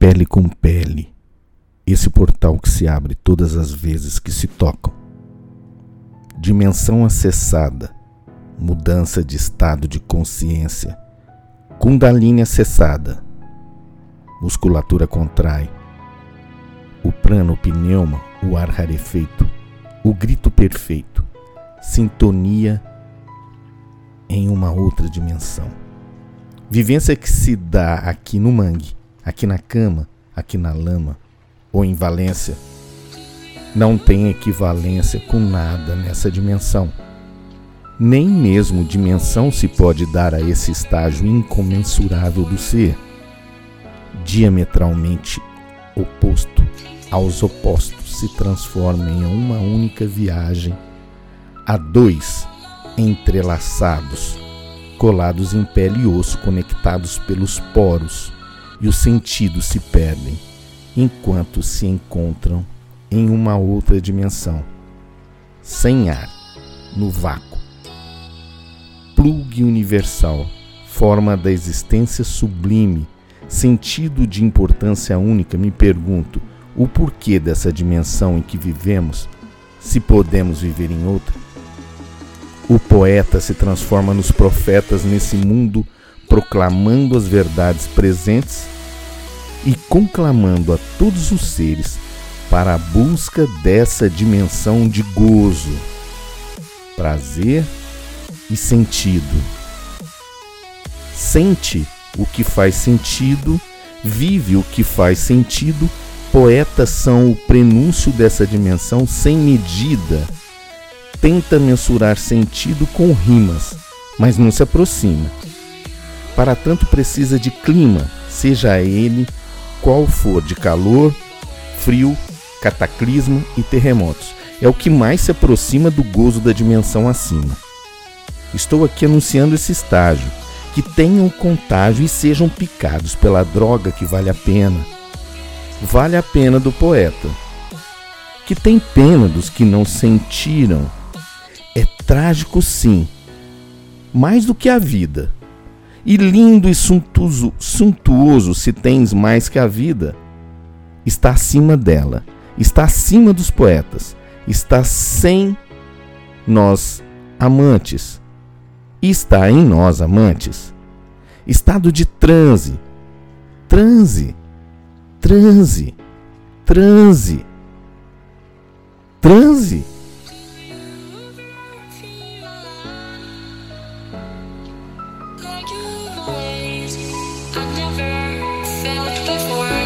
pele com pele, esse portal que se abre todas as vezes que se tocam. Dimensão acessada, mudança de estado de consciência, Kundalini acessada, musculatura contrai, o prana, o pneuma, o ar rarefeito, o grito perfeito, sintonia em uma outra dimensão. Vivência que se dá aqui no mangue, aqui na cama, aqui na lama ou em Valência, não tem equivalência com nada nessa dimensão. Nem mesmo dimensão se pode dar a esse estágio incomensurável do ser, diametralmente oposto aos opostos, se transforma em uma única viagem a dois entrelaçados, colados em pele e osso, conectados pelos poros, e os sentidos se perdem enquanto se encontram em uma outra dimensão, sem ar, no vácuo. Plug universal, forma da existência sublime, sentido de importância única. Me pergunto o porquê dessa dimensão em que vivemos, se podemos viver em outra. O poeta se transforma nos profetas nesse mundo, proclamando as verdades presentes e conclamando a todos os seres para a busca dessa dimensão de gozo, prazer e sentido. Sente o que faz sentido, vive o que faz sentido. Poetas são o prenúncio dessa dimensão sem medida. Tenta mensurar sentido com rimas, mas não se aproxima. Para tanto precisa de clima, seja ele qual for, de calor, frio, cataclisma e terremotos. É o que mais se aproxima do gozo da dimensão acima. Estou aqui anunciando esse estágio. Que tenham contágio e sejam picados pela droga que vale a pena. Vale a pena do poeta, que tem pena dos que não sentiram. É trágico, sim, mais do que a vida. E lindo e suntuoso se tens mais que a vida. Está acima dela, está acima dos poetas, está sem nós amantes, e está em nós amantes. Estado de transe, transe, transe, transe, transe. I've never felt before.